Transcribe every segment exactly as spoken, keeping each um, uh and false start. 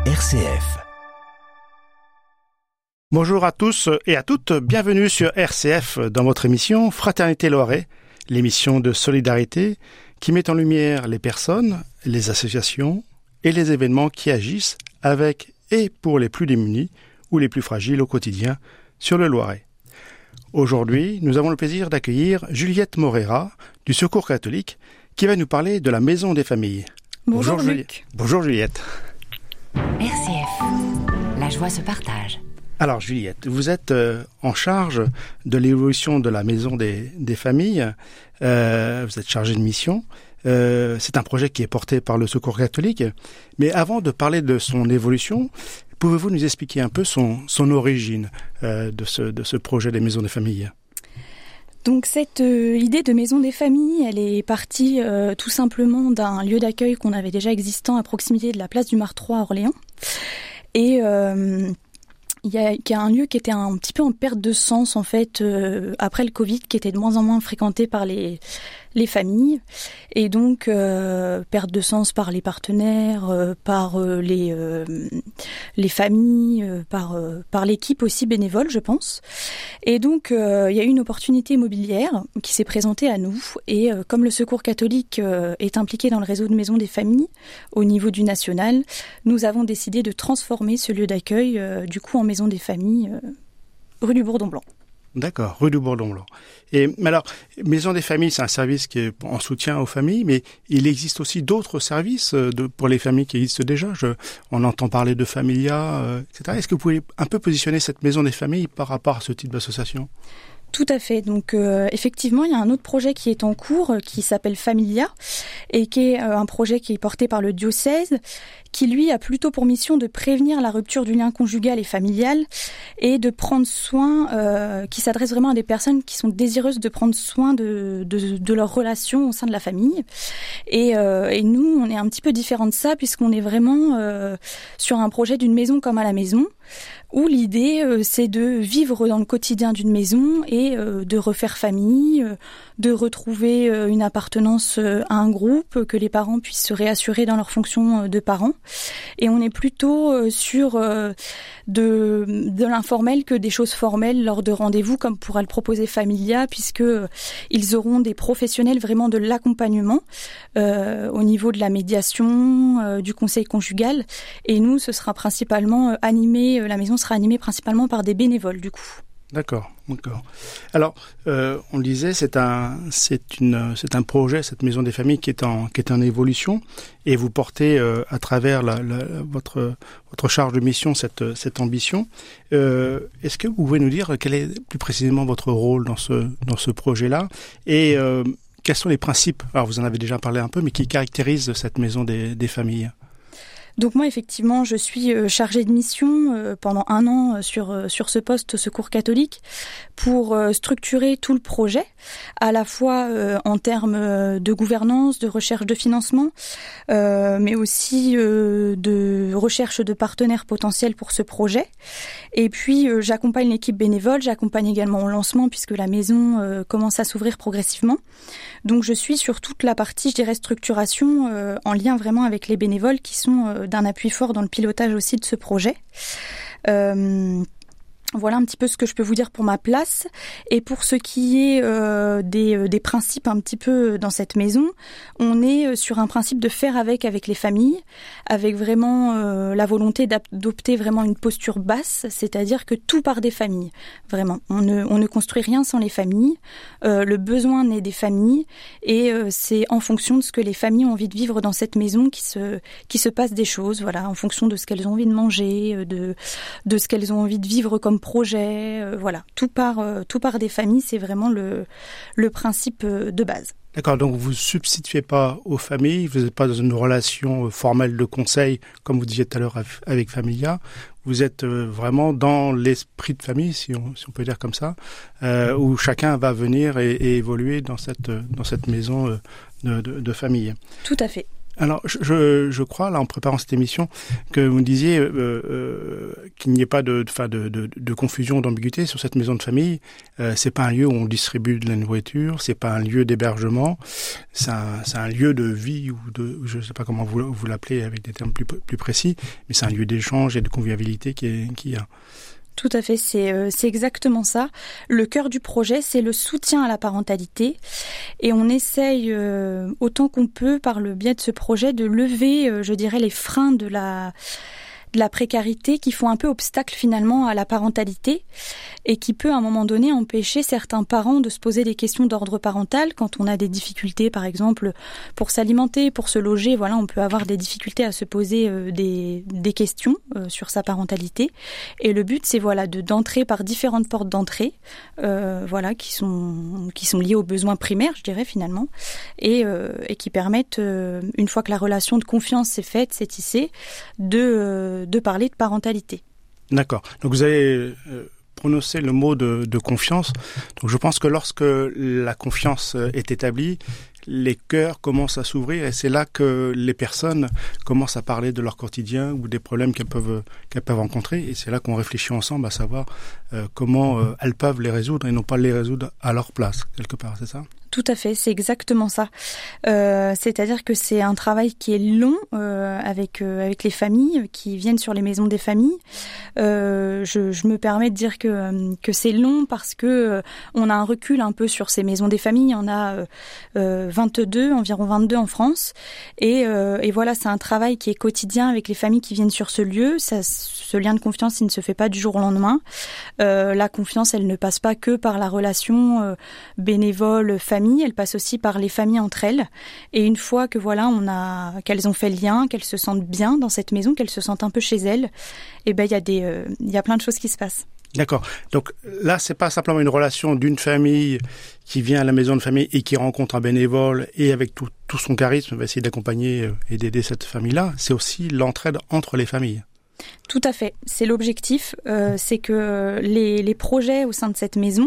R C F. Bonjour à tous et à toutes, bienvenue sur R C F dans votre émission Fraternité Loiret, l'émission de solidarité qui met en lumière les personnes, les associations et les événements qui agissent avec et pour les plus démunis ou les plus fragiles au quotidien sur le Loiret. Aujourd'hui, nous avons le plaisir d'accueillir Juliette Morera du Secours catholique qui va nous parler de la Maison des familles. Bonjour, Bonjour Luc. Juli- Bonjour Juliette. R C F, la joie se partage. Alors Juliette, vous êtes euh, en charge de l'évolution de la Maison des, des familles, euh, vous êtes chargée de mission, euh, c'est un projet qui est porté par le Secours catholique, mais avant de parler de son évolution, pouvez-vous nous expliquer un peu son, son origine euh, de, ce, de ce projet des Maisons des familles ? Donc cette euh, idée de maison des familles, elle est partie euh, tout simplement d'un lieu d'accueil qu'on avait déjà existant à proximité de la place du Martroi à Orléans. Et euh, il y a, il y a un lieu qui était un petit peu en perte de sens en fait euh, après le Covid, qui était de moins en moins fréquenté par les les familles, et donc euh, perte de sens par les partenaires, euh, par euh, les euh, les familles, euh, par euh, par l'équipe aussi bénévole, je pense. Et donc euh, il y a eu une opportunité immobilière qui s'est présentée à nous, et euh, comme le Secours catholique euh, est impliqué dans le réseau de maisons des familles au niveau du national, nous avons décidé de transformer ce lieu d'accueil euh, du coup en maison des familles euh, rue du Bourdon-Blanc. D'accord, rue du Bourdon-Blanc. Et mais alors, Maison des familles, c'est un service qui est en soutien aux familles, mais il existe aussi d'autres services de, pour les familles qui existent déjà. Je, on entend parler de Familia, euh, et cetera. Est-ce que vous pouvez un peu positionner cette Maison des familles par rapport à ce type d'association ? Tout à fait. Donc euh, effectivement, il y a un autre projet qui est en cours euh, qui s'appelle Familia, et qui est euh, un projet qui est porté par le diocèse, qui lui a plutôt pour mission de prévenir la rupture du lien conjugal et familial et de prendre soin, euh, qui s'adresse vraiment à des personnes qui sont désireuses de prendre soin de, de, de leurs relations au sein de la famille. Et, euh, et nous, on est un petit peu différents de ça, puisqu'on est vraiment euh, sur un projet d'une maison comme à la maison, où l'idée euh, c'est de vivre dans le quotidien d'une maison et euh, de refaire famille, euh, de retrouver euh, une appartenance euh, à un groupe, que les parents puissent se réassurer dans leur fonction euh, de parents. Et on est plutôt euh, sur euh, de, de l'informel que des choses formelles lors de rendez-vous, comme pourra le proposer Familia, puisque euh, ils auront des professionnels vraiment de l'accompagnement euh, au niveau de la médiation, euh, du conseil conjugal. Et nous, ce sera principalement euh, animé, euh, la maison sera animée principalement par des bénévoles du coup. D'accord, d'accord. Alors, euh, on le disait, c'est un, c'est une, c'est un projet, cette Maison des familles qui est en, qui est en évolution, et vous portez euh, à travers la, la, votre, votre charge de mission cette, cette ambition. Euh, est-ce que vous pouvez nous dire quel est plus précisément votre rôle dans ce, dans ce projet-là, et euh, quels sont les principes, alors vous en avez déjà parlé un peu, mais qui caractérisent cette Maison des, des familles ? Donc moi, effectivement, je suis chargée de mission euh, pendant un an sur euh, sur ce poste Secours catholique pour euh, structurer tout le projet, à la fois euh, en termes de gouvernance, de recherche de financement, euh, mais aussi euh, de recherche de partenaires potentiels pour ce projet. Et puis, euh, j'accompagne l'équipe bénévole, j'accompagne également au lancement, puisque la maison euh, commence à s'ouvrir progressivement. Donc, je suis sur toute la partie, je dirais, structuration, euh, en lien vraiment avec les bénévoles qui sont euh, d'un appui fort dans le pilotage aussi de ce projet. Euh, Voilà un petit peu ce que je peux vous dire pour ma place. Et pour ce qui est euh, des, des principes un petit peu dans cette maison, on est sur un principe de faire avec avec les familles, avec vraiment euh, la volonté d'adopter vraiment une posture basse, c'est-à-dire que tout part des familles. Vraiment, on ne, on ne construit rien sans les familles. Euh, le besoin naît des familles, et euh, c'est en fonction de ce que les familles ont envie de vivre dans cette maison qui se, qui se passe des choses, voilà, en fonction de ce qu'elles ont envie de manger, de, de ce qu'elles ont envie de vivre comme projet, euh, voilà, tout part, euh, tout part des familles, c'est vraiment le, le principe euh, de base. D'accord, donc vous ne substituez pas aux familles, vous n'êtes pas dans une relation formelle de conseil, comme vous disiez tout à l'heure avec Familia, vous êtes vraiment dans l'esprit de famille, si on, si on peut dire comme ça, euh, où chacun va venir et, et évoluer dans cette, dans cette maison de, de, de famille. Tout à fait. Alors, je, je crois, là, en préparant cette émission, que vous me disiez euh, euh, qu'il n'y ait pas de, de, de, de, de confusion, d'ambiguïté sur cette maison de famille. Euh, c'est pas un lieu où on distribue de la nourriture, c'est pas un lieu d'hébergement, c'est un, c'est un lieu de vie ou de, je sais pas comment vous, vous l'appelez avec des termes plus, plus précis, mais c'est un lieu d'échange et de convivialité qui est, qui a. Tout à fait, c'est, euh, c'est exactement ça. Le cœur du projet, c'est le soutien à la parentalité. Et on essaye euh, autant qu'on peut, par le biais de ce projet, de lever, euh, je dirais, les freins de la... de la précarité qui font un peu obstacle finalement à la parentalité et qui peut à un moment donné empêcher certains parents de se poser des questions d'ordre parental quand on a des difficultés par exemple pour s'alimenter, pour se loger, voilà, on peut avoir des difficultés à se poser euh, des, des questions euh, sur sa parentalité et le but c'est voilà de d'entrer par différentes portes d'entrée euh, voilà qui sont qui sont liées aux besoins primaires je dirais finalement et, euh, et qui permettent euh, une fois que la relation de confiance s'est faite, s'est tissée de euh, de parler de parentalité. D'accord. Donc vous avez euh, prononcé le mot de, de confiance. Donc je pense que lorsque la confiance est établie, les cœurs commencent à s'ouvrir et c'est là que les personnes commencent à parler de leur quotidien ou des problèmes qu'elles peuvent qu'elles peuvent rencontrer et c'est là qu'on réfléchit ensemble à savoir euh, comment euh, elles peuvent les résoudre et non pas les résoudre à leur place quelque part, c'est ça ? Tout à fait, c'est exactement ça. Euh, c'est-à-dire que c'est un travail qui est long euh, avec euh, avec les familles qui viennent sur les maisons des familles. Euh, je, je me permets de dire que que c'est long parce que euh, on a un recul un peu sur ces maisons des familles. Il y en a euh, vingt-deux, environ vingt-deux en France, et euh, et voilà, c'est un travail qui est quotidien avec les familles qui viennent sur ce lieu. Ça, ce lien de confiance, il ne se fait pas du jour au lendemain. Euh, la confiance, elle ne passe pas que par la relation euh, bénévole famille. Elle passe aussi par les familles entre elles. Et une fois que voilà, on a qu'elles ont fait le lien, qu'elles se sentent bien dans cette maison, qu'elles se sentent un peu chez elles, et ben il y a des, euh, il y a plein de choses qui se passent. D'accord. Donc là, c'est pas simplement une relation d'une famille qui vient à la maison de famille et qui rencontre un bénévole et avec tout, tout son charisme va essayer d'accompagner et d'aider cette famille-là. C'est aussi l'entraide entre les familles. Tout à fait, c'est l'objectif, euh, c'est que les, les projets au sein de cette maison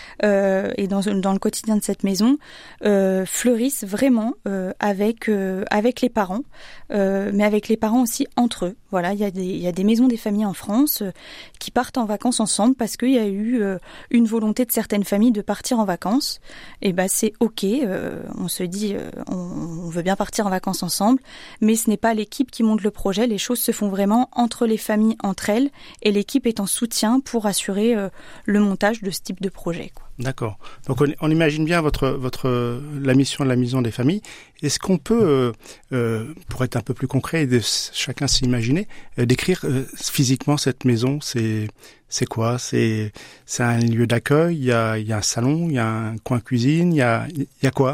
euh, et dans, dans le quotidien de cette maison euh, fleurissent vraiment euh, avec euh, avec les parents, euh, mais avec les parents aussi entre eux. Voilà, il y a des il y a des maisons des familles en France euh, qui partent en vacances ensemble parce qu'il y a eu euh, une volonté de certaines familles de partir en vacances. Et ben c'est ok, euh, on se dit euh, on, on veut bien partir en vacances ensemble, mais ce n'est pas l'équipe qui monte le projet. Les choses se font vraiment entre les familles entre elles et l'équipe est en soutien pour assurer euh, le montage de ce type de projet, quoi. D'accord. Donc on, on imagine bien votre votre la mission de la maison des familles. Est-ce qu'on peut, euh, euh, pour être un peu plus concret, et de chacun s'imaginer, euh, décrire euh, physiquement cette maison? C'est c'est quoi? C'est c'est un lieu d'accueil. Il y a il y a un salon, il y a un coin cuisine, il y a il y a quoi?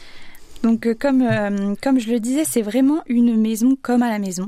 Donc euh, comme euh, comme je le disais, c'est vraiment une maison comme à la maison.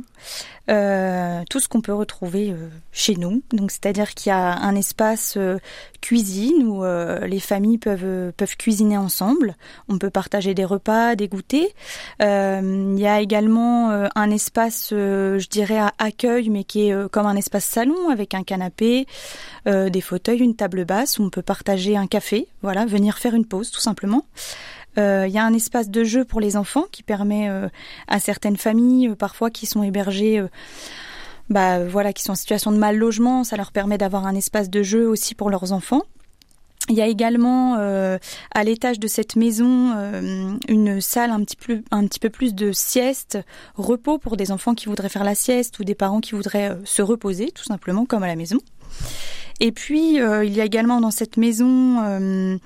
Euh, tout ce qu'on peut retrouver euh, chez nous. Donc c'est-à-dire qu'il y a un espace euh, cuisine où euh, les familles peuvent euh, peuvent cuisiner ensemble. On peut partager des repas, des goûters. Euh, il y a également euh, un espace, euh, je dirais à accueil, mais qui est euh, comme un espace salon avec un canapé, euh, des fauteuils, une table basse où on peut partager un café. Voilà, venir faire une pause tout simplement. Il euh, y a un espace de jeu pour les enfants qui permet euh, à certaines familles, euh, parfois qui sont hébergées, euh, bah voilà, qui sont en situation de mal logement, ça leur permet d'avoir un espace de jeu aussi pour leurs enfants. Il y a également euh, à l'étage de cette maison euh, une salle un petit peu un petit peu plus de sieste, repos pour des enfants qui voudraient faire la sieste ou des parents qui voudraient euh, se reposer tout simplement comme à la maison. Et puis euh, il y a également dans cette maison euh,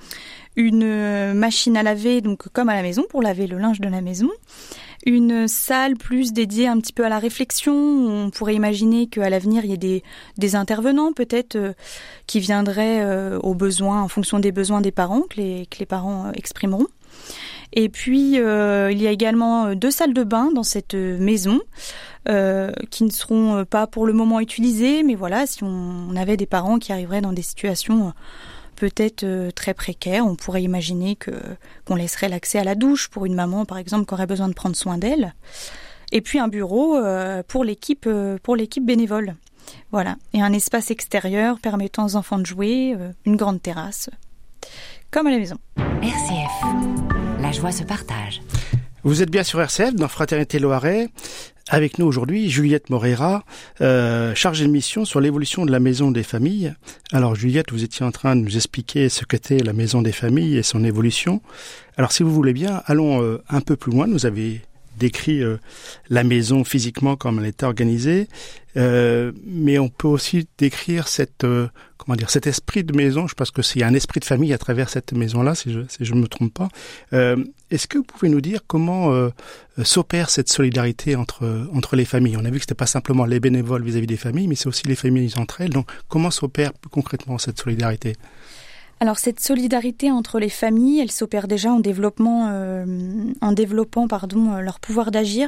une machine à laver, donc comme à la maison, pour laver le linge de la maison. Une salle plus dédiée un petit peu à la réflexion. On pourrait imaginer qu'à l'avenir, il y ait des, des intervenants peut-être euh, qui viendraient euh, aux besoins, en fonction des besoins des parents, que les, que les parents euh, exprimeront. Et puis, euh, il y a également deux salles de bain dans cette maison euh, qui ne seront pas pour le moment utilisées. Mais voilà, si on, on avait des parents qui arriveraient dans des situations... Euh, peut-être euh, très précaire, on pourrait imaginer que qu'on laisserait l'accès à la douche pour une maman, par exemple, qui aurait besoin de prendre soin d'elle. Et puis un bureau euh, pour l'équipe euh, pour l'équipe bénévole. Voilà. Et un espace extérieur permettant aux enfants de jouer, euh, une grande terrasse, comme à la maison. R C F, la joie se partage. Vous êtes bien sur R C F, dans Fraternité Loiret. Avec nous aujourd'hui, Juliette Moreira, euh, chargée de mission sur l'évolution de la Maison des Familles. Alors Juliette, vous étiez en train de nous expliquer ce qu'était la Maison des Familles et son évolution. Alors si vous voulez bien, allons euh, un peu plus loin. Vous avez décrit euh, la maison physiquement comme elle était organisée, euh, mais on peut aussi décrire cette euh, comment dire cet esprit de maison. Je pense que c'est un esprit de famille à travers cette maison-là, si je si je me trompe pas. Euh, est-ce que vous pouvez nous dire comment euh, s'opère cette solidarité entre entre les familles? On a vu que c'était pas simplement les bénévoles vis-à-vis des familles, mais c'est aussi les familles entre elles. Donc comment s'opère plus concrètement cette solidarité? Alors cette solidarité entre les familles, elle s'opère déjà en développement, euh, en développant pardon leur pouvoir d'agir.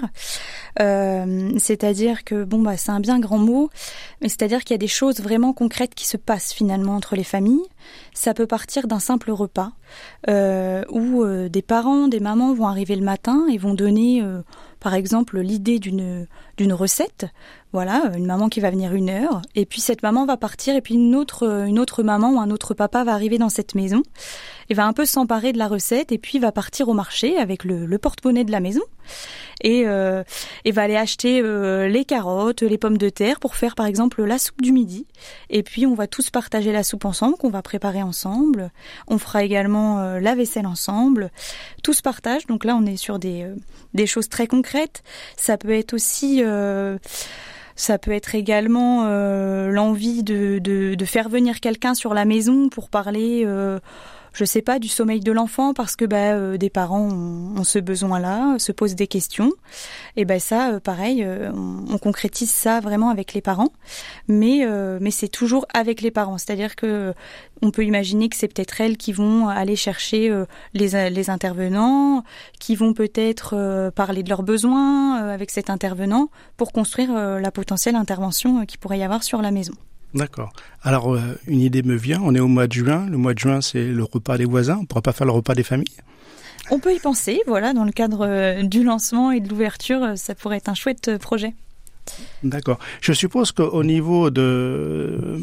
Euh, c'est-à-dire que bon bah c'est un bien grand mot, mais c'est-à-dire qu'il y a des choses vraiment concrètes qui se passent finalement entre les familles. Ça peut partir d'un simple repas euh, où euh, des parents, des mamans vont arriver le matin et vont donner euh, par exemple l'idée d'une d'une recette. Voilà, une maman qui va venir une heure, et puis cette maman va partir, et puis une autre, une autre maman ou un autre papa va arriver dans cette maison, et va un peu s'emparer de la recette, et puis va partir au marché avec le, le porte-monnaie de la maison, et, euh, et va aller acheter euh, les carottes, les pommes de terre, pour faire par exemple la soupe du midi, et puis on va tous partager la soupe ensemble, qu'on va préparer ensemble, on fera également euh, la vaisselle ensemble, tous partagent, donc là on est sur des, euh, des choses très concrètes. Ça peut être aussi... Euh, Ça peut être également euh, l'envie de, de, de faire venir quelqu'un sur la maison pour parler, euh, je sais pas, du sommeil de l'enfant, parce que bah, euh, des parents ont, ont ce besoin-là, se posent des questions. Et ben bah, ça, euh, pareil, euh, on, on concrétise ça vraiment avec les parents, mais euh, mais c'est toujours avec les parents. C'est-à-dire que on peut imaginer que c'est peut-être elles qui vont aller chercher euh, les, les intervenants, qui vont peut-être euh, parler de leurs besoins euh, avec cet intervenant pour construire euh, la potentielle intervention euh, qu'il pourrait y avoir sur la maison. D'accord. Alors, euh, une idée me vient, on est au mois de juin. Le mois de juin, c'est le repas des voisins. On ne pourra pas faire le repas des familles? On peut y penser, voilà, dans le cadre euh, du lancement et de l'ouverture, euh, ça pourrait être un chouette euh, projet. D'accord. Je suppose qu'au niveau de...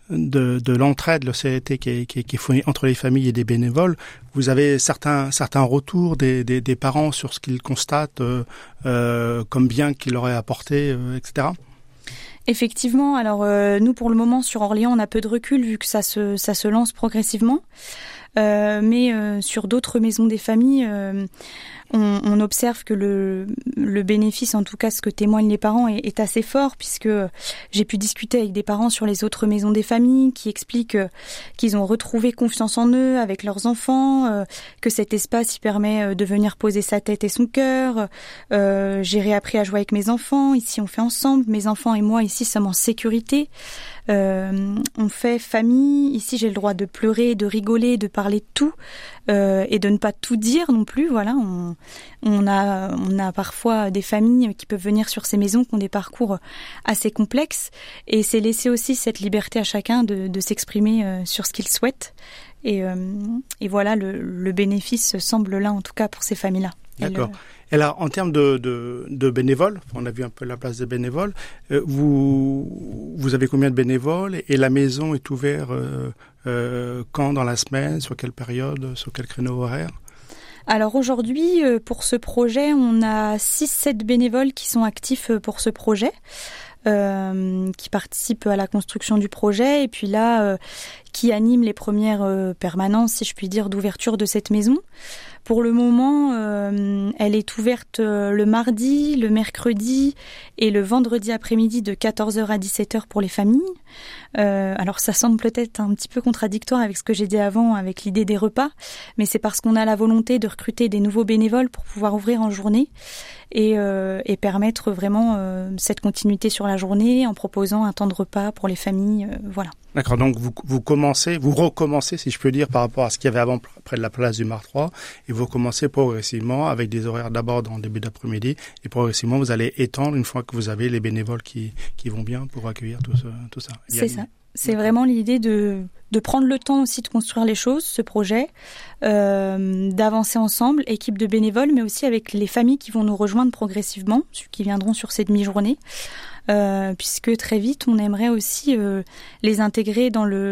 de, de l'entraide, le C A T qui est, qui, est, qui est fourni entre les familles et des bénévoles, vous avez certains, certains retours des, des, des parents sur ce qu'ils constatent euh, euh, comme bien qu'il leur ait apporté, euh, et cetera? Effectivement, alors euh, nous pour le moment sur Orléans on a peu de recul vu que ça se, ça se lance progressivement, euh, mais euh, sur d'autres maisons des familles, euh, on, on observe que le, le bénéfice, en tout cas ce que témoignent les parents, est, est assez fort, puisque j'ai pu discuter avec des parents sur les autres maisons des familles qui expliquent qu'ils ont retrouvé confiance en eux avec leurs enfants, euh, que cet espace y permet de venir poser sa tête et son cœur. Euh, j'ai réappris à jouer avec mes enfants, ici on fait ensemble, mes enfants et moi ici sommes en sécurité. Euh, on fait famille, ici j'ai le droit de pleurer, de rigoler, de parler de tout euh, et de ne pas tout dire non plus. Voilà, on, on a on a parfois des familles qui peuvent venir sur ces maisons qui ont des parcours assez complexes, et c'est laisser aussi cette liberté à chacun de, de s'exprimer euh, sur ce qu'il souhaite, et, euh, et voilà, le, le bénéfice semble là en tout cas pour ces familles-là. D'accord. Et là, en termes de, de, de bénévoles, on a vu un peu la place des bénévoles, euh, vous, vous avez combien de bénévoles, et la maison est ouverte euh, euh, quand dans la semaine, sur quelle période, sur quel créneau horaire? Alors aujourd'hui, pour ce projet, on a six sept bénévoles qui sont actifs pour ce projet. Euh, qui participent à la construction du projet, et puis là, euh, qui animent les premières euh, permanences, si je puis dire, d'ouverture de cette maison. Pour le moment, euh, elle est ouverte euh, le mardi, le mercredi et le vendredi après-midi de quatorze heures à dix-sept heures pour les familles. Euh, alors ça semble peut-être un petit peu contradictoire avec ce que j'ai dit avant, avec l'idée des repas, mais c'est parce qu'on a la volonté de recruter des nouveaux bénévoles pour pouvoir ouvrir en journée et, euh, et permettre vraiment euh, cette continuité sur la journée en proposant un temps de repas pour les familles. Euh, voilà. D'accord, donc vous, vous commencez, vous recommencez, si je peux dire, par rapport à ce qu'il y avait avant près de la place du Mar trois, et vous commencez progressivement avec des horaires d'abord dans le début d'après-midi, et progressivement vous allez étendre une fois que vous avez les bénévoles qui, qui vont bien pour accueillir tout, ce, tout ça. C'est ça. C'est vraiment l'idée de, de prendre le temps aussi de construire les choses, ce projet, euh, d'avancer ensemble, équipe de bénévoles, mais aussi avec les familles qui vont nous rejoindre progressivement, qui viendront sur ces demi-journées, euh, puisque très vite, on aimerait aussi euh, les intégrer dans le,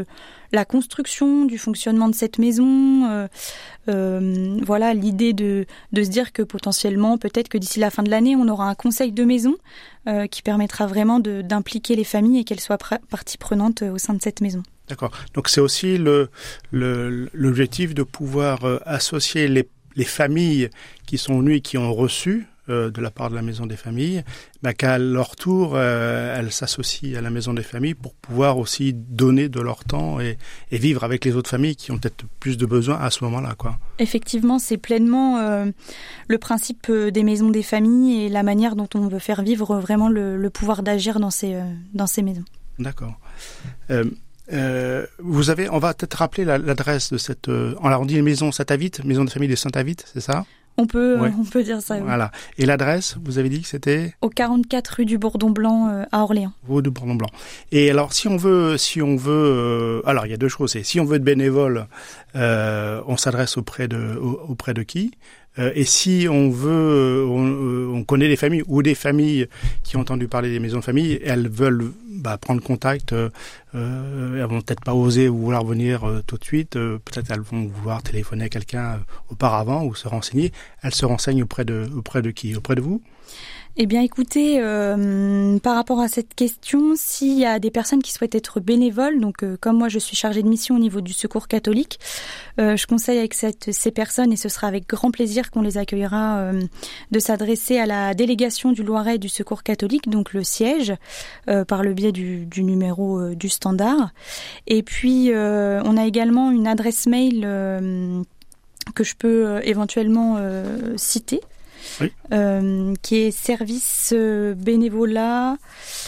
la construction du fonctionnement de cette maison. Euh, euh, voilà, l'idée de, de se dire que potentiellement, peut-être que d'ici la fin de l'année, on aura un conseil de maison euh, qui permettra vraiment de, d'impliquer les familles et qu'elles soient pr- partie prenante au sein de cette maison. D'accord. Donc c'est aussi le, le, l'objectif de pouvoir euh, associer les, les familles qui sont venues et qui ont reçu euh, de la part de la Maison des Familles, bah, qu'à leur tour, euh, elles s'associent à la Maison des Familles pour pouvoir aussi donner de leur temps et, et vivre avec les autres familles qui ont peut-être plus de besoins à ce moment-là, quoi. Effectivement, c'est pleinement euh, le principe des Maisons des Familles et la manière dont on veut faire vivre vraiment le, le pouvoir d'agir dans ces, euh, dans ces maisons. D'accord. Euh, Euh, vous avez, on va peut-être rappeler la, l'adresse de cette. Euh, on dit maison Saint-Avit, maison de famille de Saint-Avit, c'est ça? On peut, ouais. euh, on peut dire ça. Oui. Voilà. Et l'adresse, vous avez dit que c'était au quarante-quatre rue du Bourdon Blanc euh, à Orléans. Rue du Bourdon Blanc. Et alors, si on veut, si on veut, euh, alors il y a deux choses. C'est si on veut être bénévole, euh, on s'adresse auprès de, auprès de qui? Euh, et si on veut, on, on connaît des familles ou des familles qui ont entendu parler des maisons de famille, elles veulent bah, prendre contact, euh, euh, elles vont peut-être pas oser ou vouloir venir euh, tout de suite, euh, peut-être elles vont vouloir téléphoner à quelqu'un euh, auparavant ou se renseigner. Elles se renseignent auprès de, auprès de qui? Auprès de vous? Eh bien, écoutez, euh, par rapport à cette question, s'il y a des personnes qui souhaitent être bénévoles, donc euh, comme moi je suis chargée de mission au niveau du Secours catholique, euh, je conseille avec cette, ces personnes, et ce sera avec grand plaisir qu'on les accueillera, euh, de s'adresser à la délégation du Loiret du Secours catholique, donc le siège, euh, par le biais du, du numéro euh, du standard. Et puis, euh, on a également une adresse mail euh, que je peux euh, éventuellement euh, citer. Oui. Euh, qui est service euh, bénévolat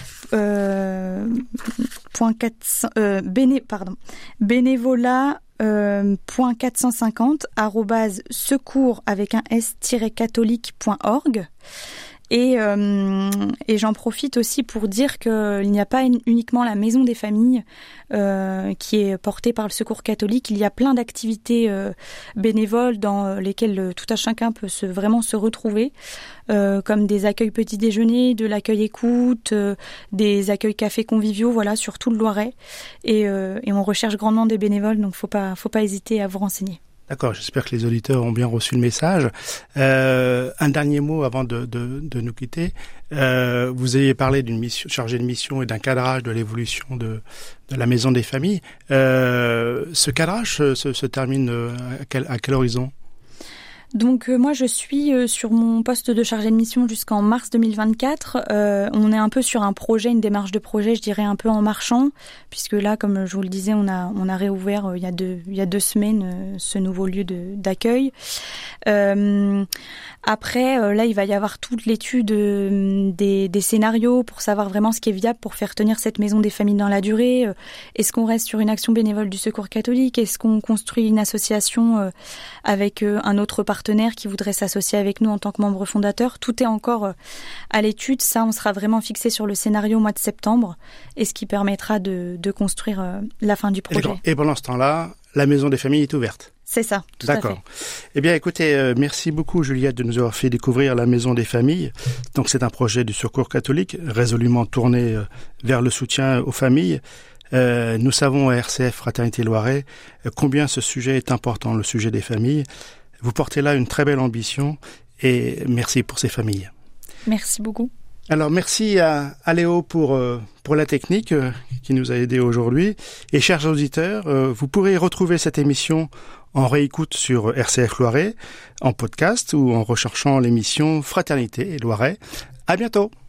euh, point quatre cents, euh, béné, pardon, bénévolat euh, point quatre cent cinquante arobase secours avec un s catholique point org. Et, euh, et j'en profite aussi pour dire qu'il n'y a pas uniquement la Maison des Familles euh, qui est portée par le Secours catholique. Il y a plein d'activités euh, bénévoles dans lesquelles tout à chacun peut se, vraiment se retrouver, euh, comme des accueils petit déjeuner, de l'accueil écoute, euh, des accueils cafés conviviaux, voilà, sur tout le Loiret. Et, euh, et on recherche grandement des bénévoles, donc faut pas, faut pas hésiter à vous renseigner. D'accord, j'espère que les auditeurs ont bien reçu le message. Euh, un dernier mot avant de, de, de nous quitter. Euh, vous avez parlé d'une mission, chargée de mission et d'un cadrage de l'évolution de, de la Maison des Familles. Euh, ce cadrage se, se, se termine à quel, à quel horizon ? Donc euh, moi je suis euh, sur mon poste de chargée de mission jusqu'en mars deux mille vingt-quatre. Euh, on est un peu sur un projet, une démarche de projet, je dirais un peu en marchant, puisque là, comme je vous le disais, on a on a réouvert euh, il y a deux il y a deux semaines euh, ce nouveau lieu de d'accueil. Euh, après, euh, là, il va y avoir toute l'étude euh, des, des scénarios pour savoir vraiment ce qui est viable pour faire tenir cette Maison des Familles dans la durée. Euh, est-ce qu'on reste sur une action bénévole du Secours catholique ? Est-ce qu'on construit une association euh, avec euh, un autre partenaire qui voudrait s'associer avec nous en tant que membre fondateur ? Tout est encore euh, à l'étude. Ça, on sera vraiment fixé sur le scénario au mois de septembre, et ce qui permettra de, de construire euh, la fin du projet. Et pendant ce temps-là, la Maison des Familles est ouverte. C'est ça, tout D'accord. à fait. Eh bien, écoutez, euh, merci beaucoup, Juliette, de nous avoir fait découvrir la Maison des Familles. Donc, c'est un projet du Secours catholique, résolument tourné euh, vers le soutien aux familles. Euh, nous savons à R C F Fraternité Loiret euh, combien ce sujet est important, le sujet des familles. Vous portez là une très belle ambition, et merci pour ces familles. Merci beaucoup. Alors, merci à, à Léo pour, euh, pour la technique euh, qui nous a aidés aujourd'hui. Et chers auditeurs, euh, vous pourrez retrouver cette émission en réécoute sur R C F Loiret, en podcast ou en recherchant l'émission Fraternité Loiret. À bientôt!